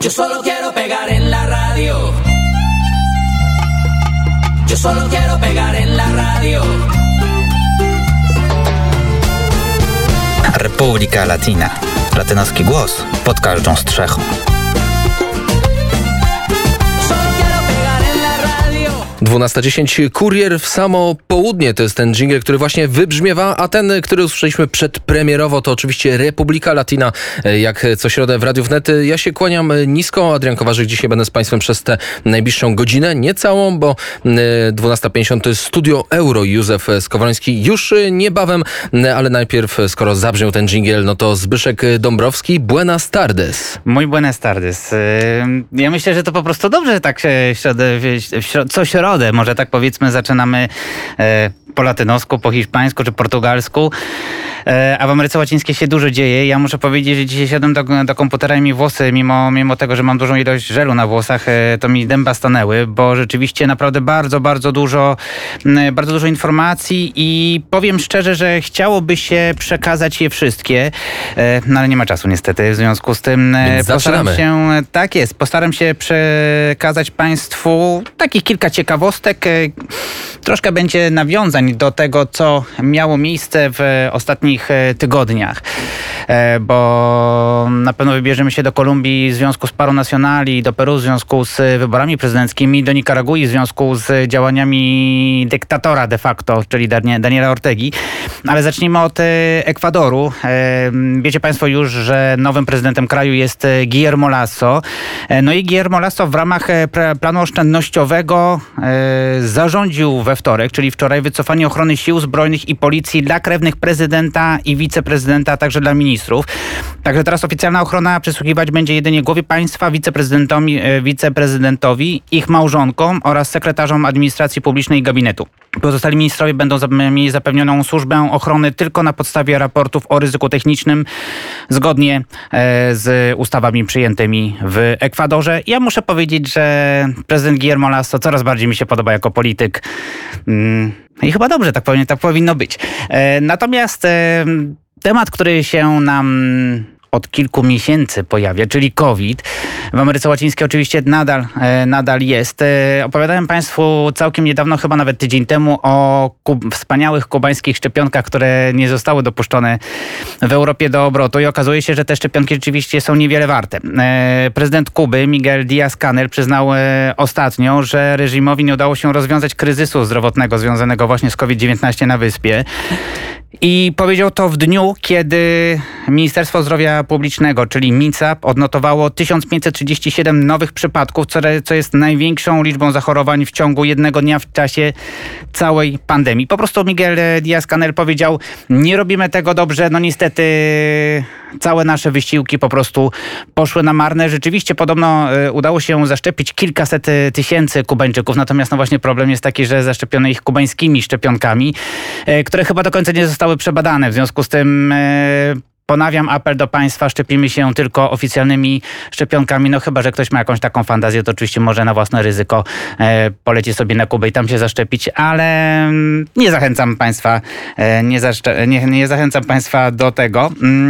Yo solo quiero pegar en la radio. Yo solo quiero pegar en la radio. Republika Latina. Latynoski głos pod każdą strzechą. 12:10. Kurier w samo południe to jest ten dżingiel, który właśnie wybrzmiewa, a ten, który usłyszeliśmy przedpremierowo, to oczywiście Republika Latina, jak co środę w Radiu Wnet. Ja się kłaniam nisko. Adrian Kowarzyk, dzisiaj będę z Państwem przez tę najbliższą godzinę, nie całą, bo 12:50 to jest Studio Euro. Józef Skowroński już niebawem, ale najpierw, skoro zabrzmiał ten dżingiel, no to Zbyszek Dąbrowski. Buenas tardes. Muy buenas tardes. Ja myślę, że to po prostu dobrze, że tak co środę, może tak powiedzmy, zaczynamy po latynosku, po hiszpańsku czy portugalsku, a w Ameryce Łacińskiej się dużo dzieje. Ja muszę powiedzieć, że dzisiaj siadłem do komputera i mi włosy, mimo tego, że mam dużą ilość żelu na włosach, to mi dęba stanęły, bo rzeczywiście naprawdę bardzo dużo informacji i powiem szczerze, że chciałoby się przekazać je wszystkie, no ale nie ma czasu niestety, w związku z tym postaram się przekazać Państwu takich kilka ciekawostek. Troszkę będzie nawiązań do tego, co miało miejsce w ostatnich tygodniach, bo na pewno wybierzemy się do Kolumbii w związku z Paro Nacionali, do Peru w związku z wyborami prezydenckimi, do Nikaragui w związku z działaniami dyktatora de facto, czyli Daniela Ortegi. Ale zacznijmy od Ekwadoru. Wiecie Państwo już, że nowym prezydentem kraju jest Guillermo Lasso. No i Guillermo Lasso w ramach planu oszczędnościowego zarządził we wtorek, czyli wczoraj, wycofanie ochrony sił zbrojnych i policji dla krewnych prezydenta i wiceprezydenta, a także dla ministrów. Także teraz oficjalna ochrona przysługiwać będzie jedynie głowie państwa, wiceprezydentowi, ich małżonkom oraz sekretarzom administracji publicznej i gabinetu. Pozostali ministrowie będą mieli zapewnioną służbę ochrony tylko na podstawie raportów o ryzyku technicznym, zgodnie z ustawami przyjętymi w Ekwadorze. Ja muszę powiedzieć, że prezydent Guillermo Lasso coraz bardziej mi się podoba jako polityk. I chyba dobrze, tak powinno być. Natomiast temat, który się nam od kilku miesięcy pojawia, czyli COVID. W Ameryce Łacińskiej oczywiście nadal jest. Opowiadałem Państwu całkiem niedawno, chyba nawet tydzień temu, o wspaniałych kubańskich szczepionkach, które nie zostały dopuszczone w Europie do obrotu i okazuje się, że te szczepionki rzeczywiście są niewiele warte. Prezydent Kuby, Miguel Díaz-Canel, przyznał ostatnio, że reżimowi nie udało się rozwiązać kryzysu zdrowotnego związanego właśnie z COVID-19 na wyspie. I powiedział to w dniu, kiedy Ministerstwo Zdrowia Publicznego, czyli MINSAP, odnotowało 1537 nowych przypadków, co jest największą liczbą zachorowań w ciągu jednego dnia w czasie całej pandemii. Po prostu Miguel Díaz-Canel powiedział, nie robimy tego dobrze, no niestety całe nasze wysiłki po prostu poszły na marne. Rzeczywiście podobno udało się zaszczepić kilkaset tysięcy Kubańczyków, natomiast no właśnie problem jest taki, że zaszczepiono ich kubańskimi szczepionkami, które chyba do końca nie zostały przebadane. W związku z tym ponawiam apel do Państwa, szczepimy się tylko oficjalnymi szczepionkami, no chyba że ktoś ma jakąś taką fantazję, to oczywiście może na własne ryzyko poleci sobie na Kubę i tam się zaszczepić, ale nie zachęcam Państwa, nie zachęcam Państwa do tego.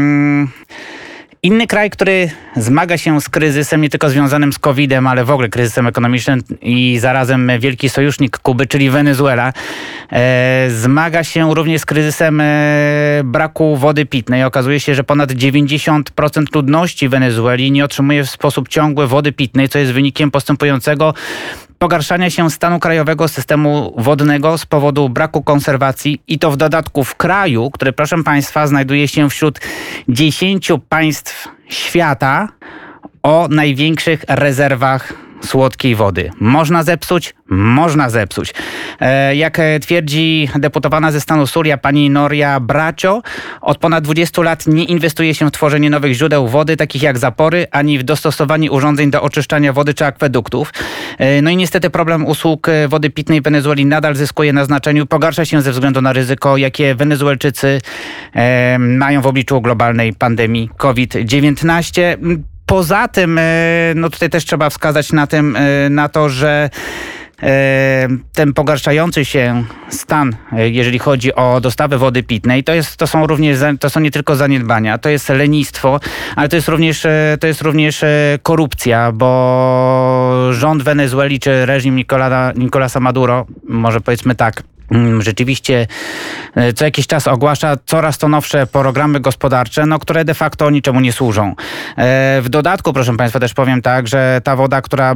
Inny kraj, który zmaga się z kryzysem nie tylko związanym z COVID-em, ale w ogóle kryzysem ekonomicznym i zarazem wielki sojusznik Kuby, czyli Wenezuela, zmaga się również z kryzysem braku wody pitnej. Okazuje się, że ponad 90% ludności Wenezueli nie otrzymuje w sposób ciągły wody pitnej, co jest wynikiem postępującego pogarszania się stanu krajowego systemu wodnego z powodu braku konserwacji i to w dodatku w kraju, który, proszę Państwa, znajduje się wśród 10 państw świata o największych rezerwach słodkiej wody. Można zepsuć. Jak twierdzi deputowana ze stanu Zulia pani Noria Bracho, od ponad 20 lat nie inwestuje się w tworzenie nowych źródeł wody, takich jak zapory, ani w dostosowanie urządzeń do oczyszczania wody czy akweduktów. No i niestety problem usług wody pitnej w Wenezueli nadal zyskuje na znaczeniu. Pogarsza się ze względu na ryzyko, jakie Wenezuelczycy mają w obliczu globalnej pandemii COVID-19. Poza tym, no tutaj też trzeba wskazać na to, że ten pogarszający się stan, jeżeli chodzi o dostawę wody pitnej, to są nie tylko zaniedbania, to jest lenistwo, ale to jest również korupcja, bo rząd Wenezueli czy reżim Nicolasa Maduro, może powiedzmy tak, rzeczywiście co jakiś czas ogłasza coraz to nowsze programy gospodarcze, które de facto niczemu nie służą. W dodatku, proszę Państwa, też powiem tak, że ta woda, która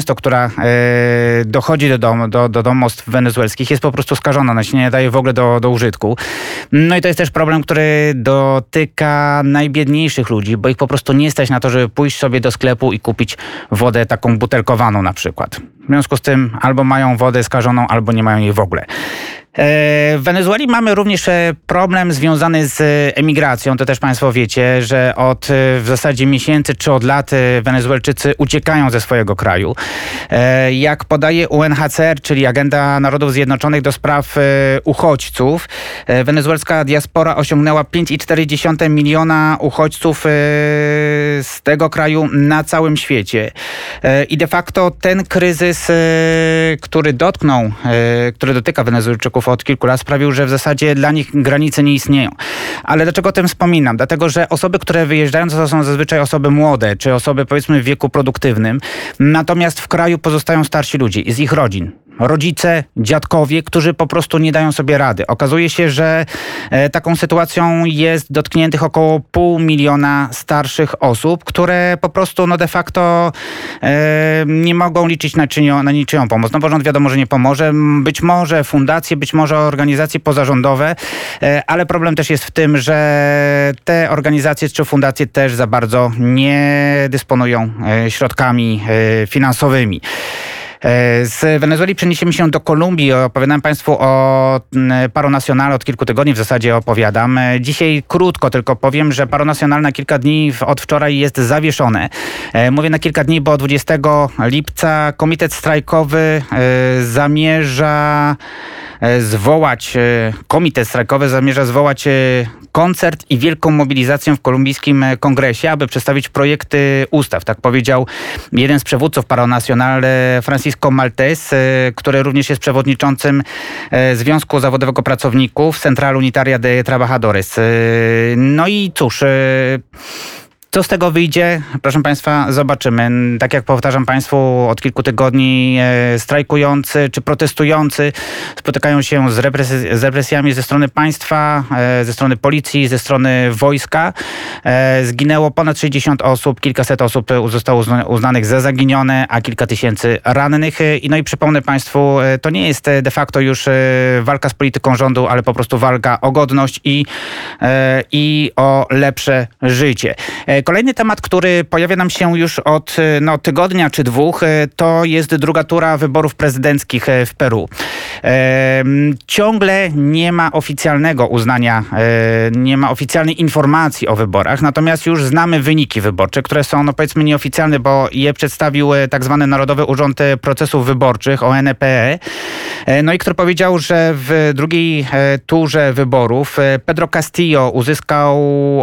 dochodzi do domostw wenezuelskich, jest po prostu skażona, ona się nie daje w ogóle do użytku. No i to jest też problem, który dotyka najbiedniejszych ludzi, bo ich po prostu nie stać na to, żeby pójść sobie do sklepu i kupić wodę taką butelkowaną na przykład. W związku z tym albo mają wodę skażoną, albo nie mają jej w ogóle. W Wenezueli mamy również problem związany z emigracją. To też Państwo wiecie, że od w zasadzie miesięcy czy od lat Wenezuelczycy uciekają ze swojego kraju. Jak podaje UNHCR, czyli Agenda Narodów Zjednoczonych do spraw uchodźców, wenezuelska diaspora osiągnęła 5,4 miliona uchodźców z tego kraju na całym świecie. I de facto ten kryzys, który dotyka Wenezuelczyków od kilku lat, sprawił, że w zasadzie dla nich granice nie istnieją. Ale dlaczego o tym wspominam? Dlatego, że osoby, które wyjeżdżają, to są zazwyczaj osoby młode, czy osoby powiedzmy w wieku produktywnym. Natomiast w kraju pozostają starsi ludzie z ich rodzin. Rodzice, dziadkowie, którzy po prostu nie dają sobie rady. Okazuje się, że taką sytuacją jest dotkniętych około 500 000 starszych osób, które po prostu de facto nie mogą liczyć na niczyją pomoc. Bo rząd wiadomo, że nie pomoże. Być może fundacje, być może organizacje pozarządowe, ale problem też jest w tym, że te organizacje czy fundacje też za bardzo nie dysponują środkami finansowymi. Z Wenezueli przeniesiemy się do Kolumbii. Opowiadałem Państwu o Paro Nacional, od kilku tygodni w zasadzie opowiadam. Dzisiaj krótko tylko powiem, że Paro Nacional na kilka dni od wczoraj jest zawieszone. Mówię na kilka dni, bo 20 lipca komitet strajkowy zamierza zwołać koncert i wielką mobilizację w kolumbijskim kongresie, aby przedstawić projekty ustaw. Tak powiedział jeden z przywódców Paro Nacional, Francisco Maltés, który również jest przewodniczącym Związku Zawodowego Pracowników Central Unitaria de Trabajadores. No i cóż, co z tego wyjdzie? Proszę Państwa, zobaczymy. Tak jak powtarzam Państwu, od kilku tygodni strajkujący czy protestujący spotykają się z represjami ze strony państwa, ze strony policji, ze strony wojska. Zginęło ponad 60 osób, kilkaset osób zostało uznanych za zaginione, a kilka tysięcy rannych. No i przypomnę Państwu, to nie jest de facto już walka z polityką rządu, ale po prostu walka o godność i o lepsze życie. Kolejny temat, który pojawia nam się już od tygodnia czy dwóch, to jest druga tura wyborów prezydenckich w Peru. Ciągle nie ma oficjalnego uznania, nie ma oficjalnej informacji o wyborach, natomiast już znamy wyniki wyborcze, które są powiedzmy nieoficjalne, bo je przedstawił tak zwany Narodowy Urząd Procesów Wyborczych, ONPE, i który powiedział, że w drugiej turze wyborów Pedro Castillo uzyskał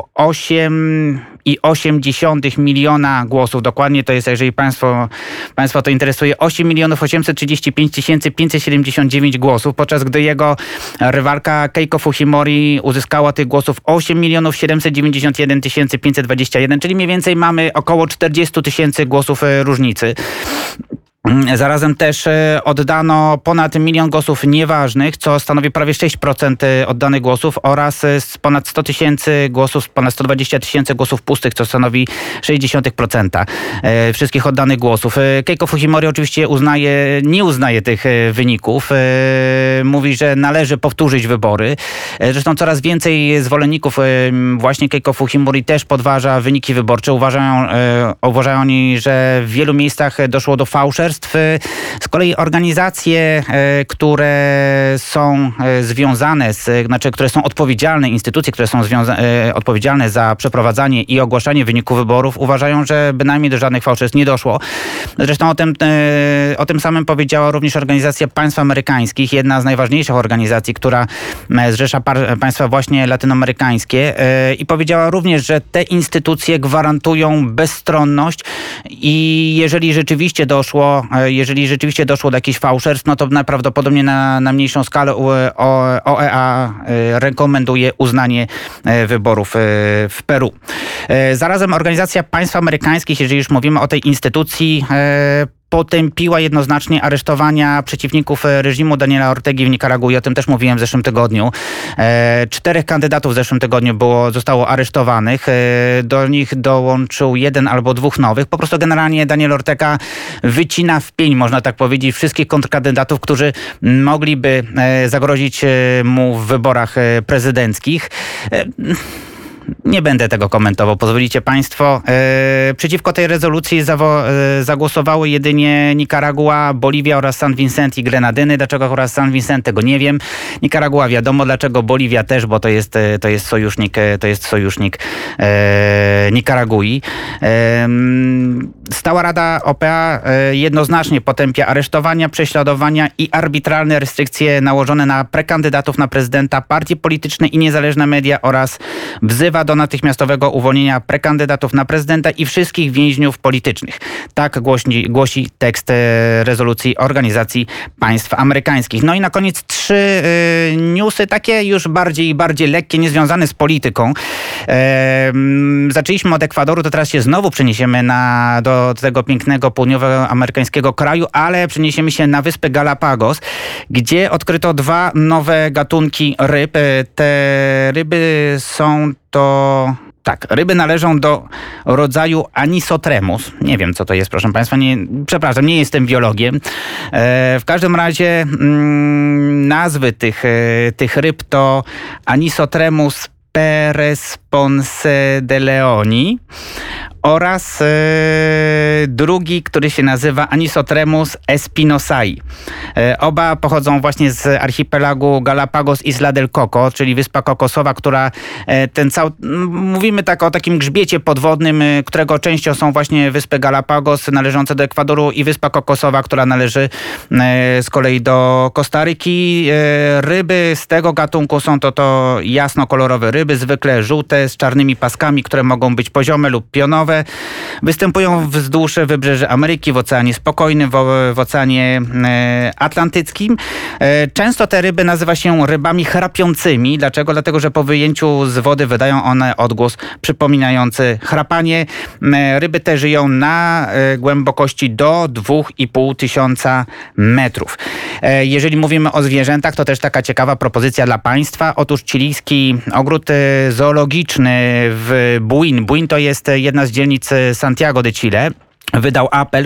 8,8 miliona głosów. Dokładnie to jest, jeżeli Państwa to interesuje, 8 835 579 głosów, podczas gdy jego rywalka Keiko Fujimori uzyskała tych głosów 8 791 521, czyli mniej więcej mamy około 40 000 głosów różnicy. Zarazem też oddano ponad 1 milion głosów nieważnych, co stanowi prawie 6% oddanych głosów, oraz ponad 100 000 głosów, ponad 120 000 głosów pustych, co stanowi 0,6% wszystkich oddanych głosów. Keiko Fujimori oczywiście nie uznaje tych wyników. Mówi, że należy powtórzyć wybory. Zresztą coraz więcej zwolenników właśnie Keiko Fujimori też podważa wyniki wyborcze. Uważają oni, że w wielu miejscach doszło do fałszerstw. Z kolei organizacje, które są związane, które są odpowiedzialne, instytucje, które są odpowiedzialne za przeprowadzanie i ogłaszanie wyników wyborów, uważają, że bynajmniej do żadnych fałszerstw nie doszło. Zresztą o tym samym powiedziała również Organizacja Państw Amerykańskich, jedna z najważniejszych organizacji, która zrzesza państwa właśnie latynoamerykańskie, i powiedziała również, że te instytucje gwarantują bezstronność i jeżeli rzeczywiście doszło to jeżeli rzeczywiście doszło do jakichś fałszerstw, no to najprawdopodobniej na mniejszą skalę OEA rekomenduje uznanie wyborów w Peru. Zarazem Organizacja Państw Amerykańskich, jeżeli już mówimy o tej instytucji, potępiła jednoznacznie aresztowania przeciwników reżimu Daniela Ortegi w Nikaragui. O tym też mówiłem w zeszłym tygodniu. 4 kandydatów w zeszłym tygodniu zostało aresztowanych. Do nich dołączył 1 albo 2 nowych. Po prostu generalnie Daniel Ortega wycina w pień, można tak powiedzieć, wszystkich kontrkandydatów, którzy mogliby zagrozić mu w wyborach prezydenckich. Nie będę tego komentował, pozwolicie państwo. Przeciwko tej rezolucji zagłosowały jedynie Nikaragua, Boliwia oraz San Vicente i Grenadyny. Dlaczego akurat San Vicente, tego nie wiem. Nikaragua wiadomo dlaczego, Boliwia też, bo to jest sojusznik Nikaragui. Stała Rada OPA jednoznacznie potępia aresztowania, prześladowania i arbitralne restrykcje nałożone na prekandydatów na prezydenta, partie polityczne i niezależne media oraz wzywa do natychmiastowego uwolnienia prekandydatów na prezydenta i wszystkich więźniów politycznych. Tak głosi tekst rezolucji Organizacji Państw Amerykańskich. No i na koniec 3 newsy, takie już bardziej lekkie, niezwiązane z polityką. Zaczęliśmy od Ekwadoru, to teraz się znowu przeniesiemy do tego pięknego południowoamerykańskiego kraju, ale przeniesiemy się na wyspę Galapagos, gdzie odkryto 2 nowe gatunki ryb. Te ryby ryby należą do rodzaju Anisotremus. Nie wiem, co to jest, proszę państwa. Przepraszam, nie jestem biologiem. W każdym razie nazwy tych ryb to Anisotremus peresponsedeleoni oraz drugi, który się nazywa Anisotremus espinosai. Oba pochodzą właśnie z archipelagu Galapagos Isla del Coco, czyli wyspa kokosowa, która mówimy tak o takim grzbiecie podwodnym, którego częścią są właśnie wyspy Galapagos należące do Ekwadoru i wyspa kokosowa, która należy z kolei do Kostaryki. Ryby z tego gatunku są to jasnokolorowe ryby, zwykle żółte, z czarnymi paskami, które mogą być poziome lub pionowe. Występują wzdłuż wybrzeży Ameryki, w Oceanie Spokojnym, w Oceanie Atlantyckim. Często te ryby nazywa się rybami chrapiącymi. Dlaczego? Dlatego, że po wyjęciu z wody wydają one odgłos przypominający chrapanie. Ryby te żyją na głębokości do 2500 metrów. Jeżeli mówimy o zwierzętach, to też taka ciekawa propozycja dla państwa. Otóż chilijski ogród zoologiczny w Buin. Buin to jest jedna z dzielnic Santiago de Chile. Wydał apel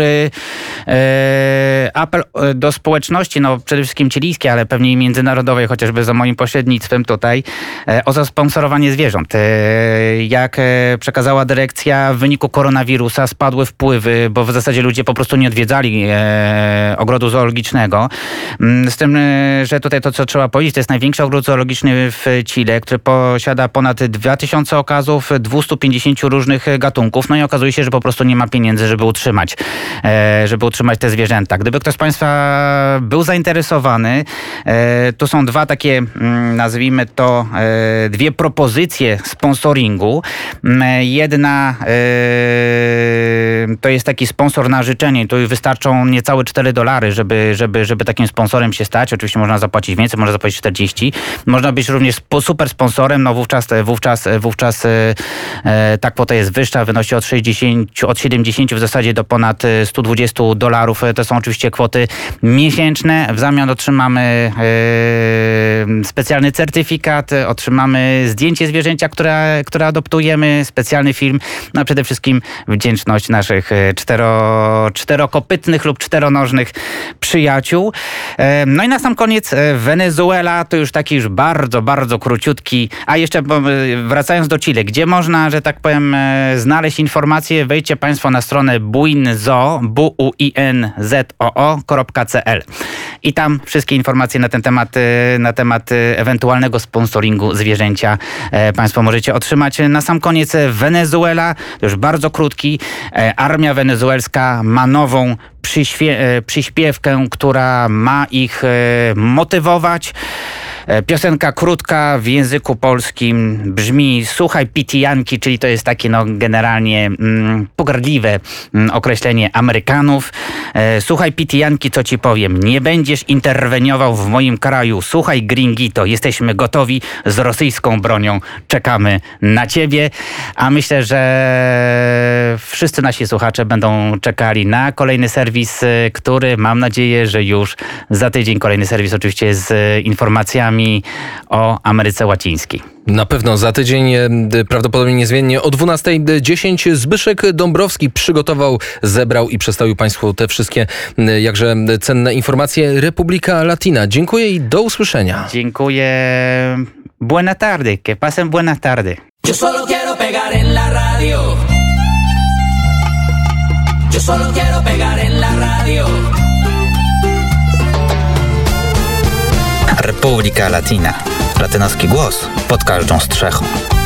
do społeczności, przede wszystkim chilijskiej, ale pewnie i międzynarodowej, chociażby za moim pośrednictwem tutaj, o zasponsorowanie zwierząt. Jak przekazała dyrekcja, w wyniku koronawirusa spadły wpływy, bo w zasadzie ludzie po prostu nie odwiedzali ogrodu zoologicznego. Z tym, że tutaj to, co trzeba powiedzieć, to jest największy ogród zoologiczny w Chile, który posiada ponad 2000 okazów, 250 różnych gatunków. No i okazuje się, że po prostu nie ma pieniędzy, żeby utrzymać te zwierzęta. Gdyby ktoś z państwa był zainteresowany, tu są 2 takie, nazwijmy to, 2 propozycje sponsoringu. Jedna to jest taki sponsor na życzenie. Tu wystarczą niecałe $4, żeby takim sponsorem się stać. Oczywiście można zapłacić więcej, można zapłacić 40. Można być również super sponsorem, wówczas ta kwota jest wyższa, wynosi od 70 w zasadzie do ponad $120. To są oczywiście kwoty miesięczne. W zamian otrzymamy specjalny certyfikat, otrzymamy zdjęcie zwierzęcia, które adoptujemy, specjalny film, a przede wszystkim wdzięczność naszych czterokopytnych lub czteronożnych przyjaciół. No i na sam koniec Wenezuela, to już taki bardzo, bardzo króciutki, a jeszcze wracając do Chile, gdzie można, że tak powiem, znaleźć informacje, wejdźcie państwo na stronę buinzoo.cl i tam wszystkie informacje na temat ewentualnego sponsoringu zwierzęcia państwo możecie otrzymać. Na sam koniec Wenezuela, to już bardzo krótki. Armia wenezuelska ma nową przyśpiewkę, która ma ich motywować. Piosenka krótka w języku polskim brzmi Słuchaj Pitijanki, czyli to jest takie generalnie pogardliwe określenie Amerykanów. Słuchaj Pitijanki, co ci powiem, nie będziesz interweniował w moim kraju. Słuchaj Gringito, jesteśmy gotowi z rosyjską bronią, czekamy na ciebie. A myślę, że wszyscy nasi słuchacze będą czekali na kolejny serwis, który mam nadzieję, że już za tydzień kolejny serwis oczywiście z informacjami o Ameryce Łacińskiej. Na pewno za tydzień, prawdopodobnie niezmiennie o 12:10 Zbyszek Dąbrowski przygotował, zebrał i przedstawił Państwu te wszystkie jakże cenne informacje. Republika Latina. Dziękuję i do usłyszenia. Dziękuję. Buena tarde. Que pasen buena tarde. Yo solo quiero pegar en la radio. Yo solo quiero pegar en la radio. Republika Latina. Latynoski głos pod każdą strzechą.